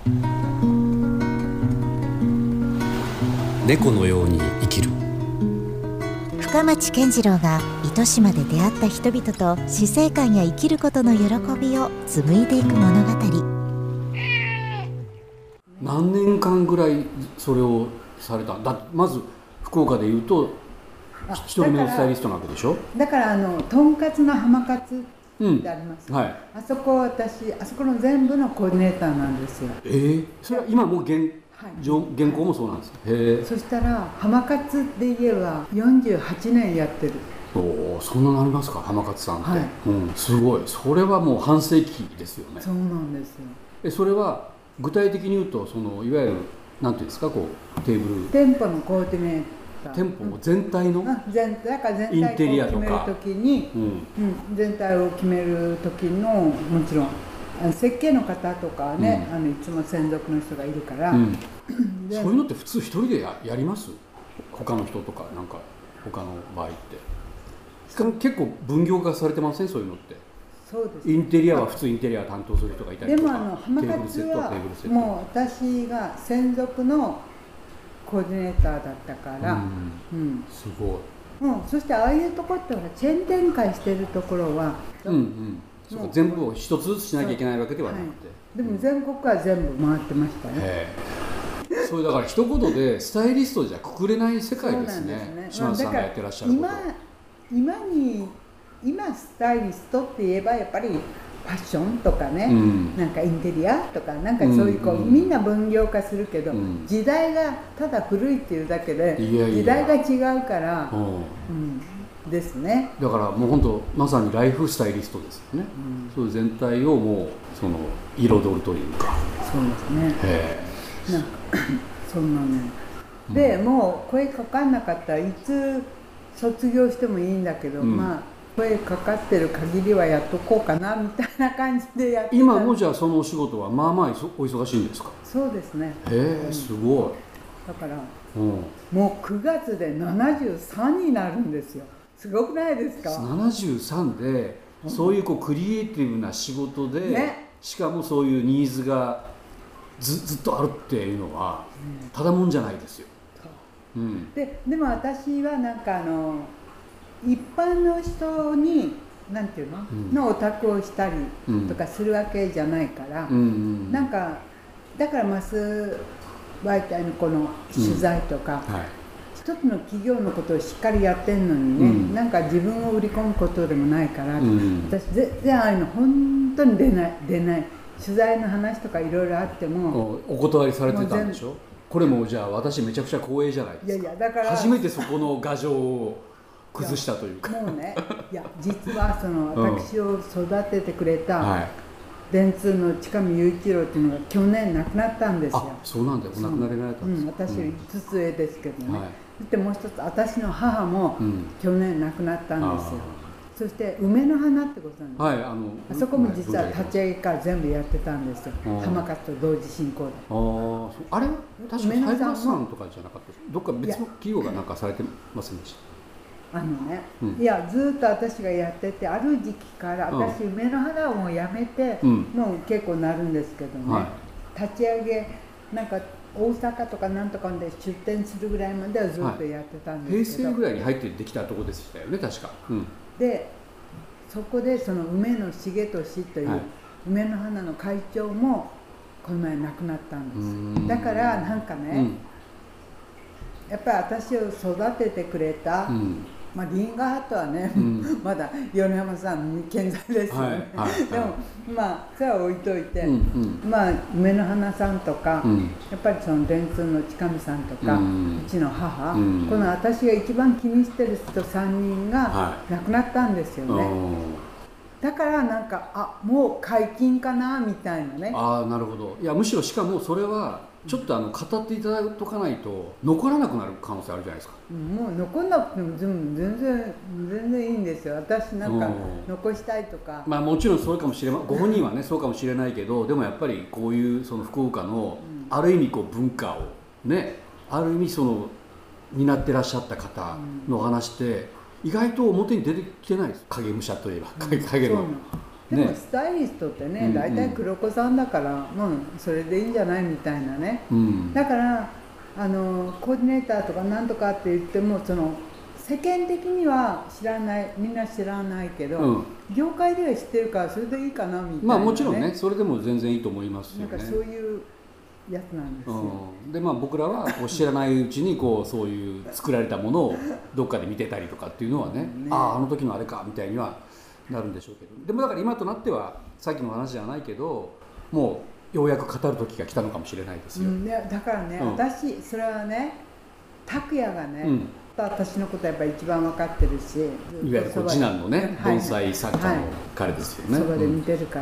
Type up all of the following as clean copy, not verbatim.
猫のように生きる。 深町健次郎が糸島で出会った人々と死生観や生きることの喜びを紡いでいく物語。 何年間ぐらいそれをされたんだ。まず福岡でいうと一人目のスタイリストなわけでしょ。 だからとんかつの浜かつってあります、 はい、 あそこの全部のコーディネーターなんですよ。 それは今も現行もそうなんですか。 そしたら浜かつで言えば48年やってる。 そんななりますか、浜勝さんって、 はい、 すごい。それはもう半世紀ですよね。 そうなんですよ。 それは具体的に言うといわゆるなんていうんですか、こうテーブル店舗のコーディネーター、 店舗も全体の、 だから全体を決めるときに、全体を決める時のもちろん設計の方とかね、いつも専属の人がいるから、 そういうのって普通一人で やります？他の人とかなんか他の場合って結構分業化されてません？そういうのって。 そうです。 インテリアは普通インテリア担当する人がいたりとか。 でも浜勝はもう私が専属のコーディネーターだったから、 すごい。 そしてああいうところってチェーン展開してるところは、 そうか、全部を一つずつしなきゃいけないわけではなくて、 でも全国は全部回ってましたね。 それだから一言でスタイリストじゃくくれない世界ですね。島田さんがやってらっしゃること。 今スタイリストって言えばやっぱりファッションとかね、なんかインテリアとかなんかそういうみんな分業化するけど、時代がただ古いっていうだけで時代が違うからですね。 だからもう本当まさにライフスタイリストですよね。そういう全体をもう彩るというか。 そうですね。なんかそんなね。でもう声かかんなかったらいつ卒業してもいいんだけど、声かかってる限りはやっとこうかなみたいな感じでやってた。 今もじゃあそのお仕事はまあまあお忙しいんですか？ そうですね。 すごい。 だからもう9月で73になるんですよ。すごくないですか ？73でそういうクリエイティブな仕事で、しかもそういうニーズがずっとあるっていうのはただもんじゃないですよ。 でも私はなんか一般の人になんていうの、のお宅をしたりとかするわけじゃないから、なんかだからマス媒体のこの取材とか、一つの企業のことをしっかりやってんのにね、なんか自分を売り込むことでもないから、私全然ああいうの本当に出ない取材の話とかいろいろあってもお断りされてたんでしょ。これもじゃあ私めちゃくちゃ光栄じゃないですか。 だから初めてそこの牙城を崩したというか。 もうね、実は私を育ててくれた電通の近見雄一郎っていうのが去年亡くなったんですよ。 そうなんだよ。お亡くなりになられたんですか。 私より5つ上ですけどね。でもう一つ私の母も去年亡くなったんですよ。そして梅の花ってことなんです。あそこも実は立ち上げから全部やってたんですよ。浜勝と同時進行で。 あれは確かに西さんとかじゃなかった。どっか別の企業がなんかされてませんでした？ ずっと私がやってて、ある時期から私梅の花をもうやめて、もう結構なるんですけどね、立ち上げなんか大阪とかなんとかで出店するぐらいまではずっとやってたんですけど、 平成ぐらいに入ってできたところでしたよね、確か。 でそこでその梅野重俊という梅の花の会長もこの前亡くなったんです。だからなんかね、やっぱり私を育ててくれた、リンガーハットはね、まだ米山さん健在ですよね。でもそれは置いといて、梅の花さんとか、やっぱりその電通の近見さんとか、うちの母、この私が一番気にしてる人3人が亡くなったんですよね。だからなんかもう解禁かなみたいなね。 なるほど。いやむしろしかもそれはちょっと語っていただいとかないと残らなくなる可能性あるじゃないですか。 もう残んなくても全然いいんですよ。私なんか残したいとか。 もちろんそうかもしれない。ご本人はねそうかもしれないけど、でもやっぱりこういうその福岡のある意味文化をね、ある意味担ってらっしゃった方の話って意外と表に出てきてないです。影武者といえば影の。 でもスタイリストってね、大体黒子さんだから、もうそれでいいんじゃないみたいなね、だからコーディネーターとかなんとかって言っても、その世間的には知らない、みんな知らないけど、業界では知ってるからそれでいいかなみたいな、ね、 まあもちろんね、それでも全然いいと思いますよね。 なんかそういうやつなんですよ、 でまあ僕らはこう知らないうちにこうそういう作られたものをどっかで見てたりとかっていうのはね、あの時のあれかみたいにはなるんでしょうけど、でもだから今となってはさっきの話じゃないけど、もうようやく語る時が来たのかもしれないですよ、 だからね、私それはね、拓也がね、私のことやっぱり一番分かってるし、 いわゆるこう次男のね、盆栽作家の彼ですよね、 そばで見てるから、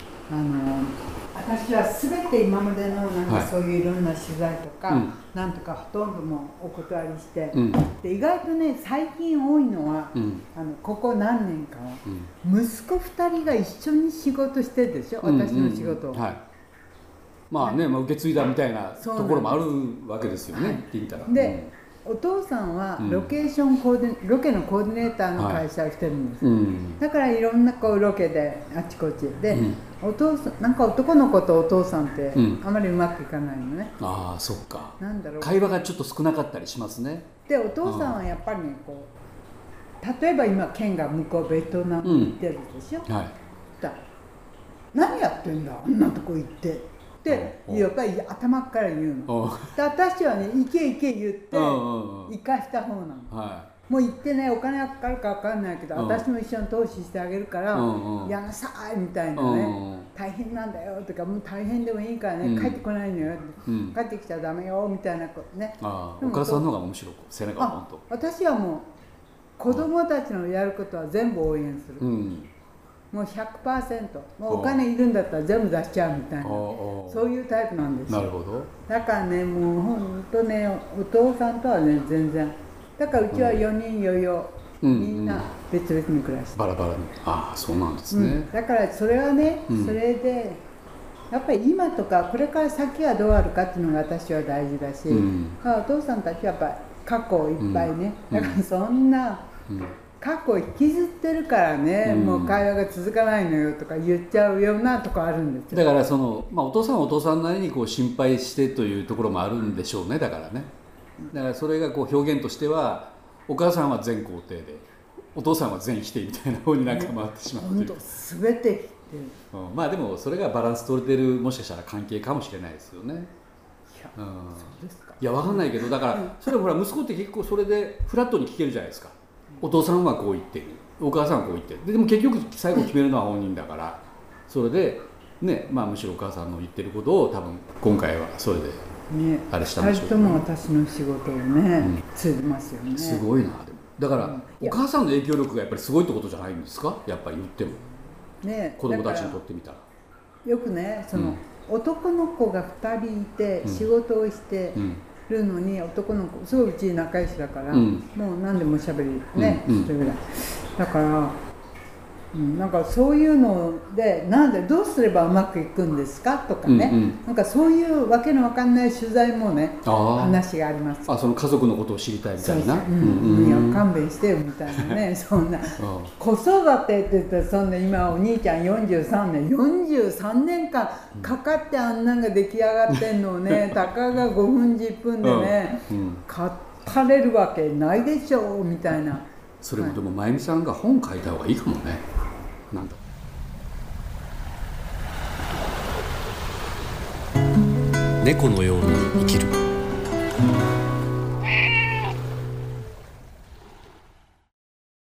私は全て今までのなんかそういういろんな取材とか、なんとかほとんどもお断りして、で意外とね最近多いのは、ここ何年かは、息子2人が一緒に仕事してるでしょ、私の仕事を。 まあね、受け継いだみたいなところもあるわけですよね、って言ったら。 でお父さんはロケのコーディネーターの会社をしてるんです、だからいろんなこうロケであちこちで、お父さんなんか男の子とお父さんってあまりうまくいかないのね、 ああそっか、 なんだろう、 会話がちょっと少なかったりしますね。 でお父さんはやっぱりね、こう例えば今ケンが向こうベトナムに行ってるでしょ、何やってんだあんなとこ行ってってやっぱり頭から言うので、私はね行け行け言って行かした方なの、もう行ってね、お金がかかるか分かんないけど、私も一緒に投資してあげるからやなさいみたいなね、大変なんだよとか、もう大変でもいいからね、帰ってこないのよ、帰ってきちゃダメよみたいなことね。 お母さんの方がむしろ背中がポンと。 私はもう子供たちのやることは全部応援する、もう 100%、もうお金いるんだったら全部出しちゃうみたいな、そういうタイプなんですよ。 なるほど。 だからね、もう本当ね、お父さんとはね全然、だからうちは4人よよ、みんな別々に暮らして、 バラバラに。ああそうなんですね、 だからそれはね、それでやっぱり今とかこれから先はどうあるかっていうのが私は大事だし、お父さんたちはやっぱり過去をいっぱいね、だからそんな、過去を引きずってるからね、もう会話が続かないのよとか言っちゃうようなとこあるんですよ。 だからその、お父さんはお父さんなりにこう心配してというところもあるんでしょうね。だからね、だからそれがこう表現としては、お母さんは全肯定でお父さんは全否定みたいな方になんか回ってしまうというか、 全て否定、 まあでもそれがバランス取れてる、もしかしたら関係かもしれないですよね。 そうですか。 いや分かんないけど、だからそれほら息子って結構それでフラットに聞けるじゃないですか。お父さんはこう言ってる、お母さんはこう言ってる、でも結局最後決めるのは本人だから、それでね、むしろお母さんの言ってることを多分今回はそれであれしたんでしょうけど、 2人とも私の仕事をね、継いでますよね。 すごいな。でもだから、お母さんの影響力がやっぱりすごいってことじゃないんですか、やっぱり言っても、子供たちにとってみたら。 よくね、その男の子が2人いて仕事をしてるのに、男の子すごいうち仲良しだから、もう何でもしゃべりね、それぐらいだから、なんかそういうので、なんでどうすればうまくいくんですかとかね、なんかそういうわけのわかんない取材もね、話があります。 その家族のことを知りたいみたいな、 勘弁してよみたいなね、そんな子育てって言ったら、そんな今お兄ちゃん43年間かかってあんなんが出来上がってんのをね、たかが5分10分でね、語れるわけないでしょみたいな。 それもでも真由美さんが本書いた方がいいかもね。なんだ、 猫のように生きる。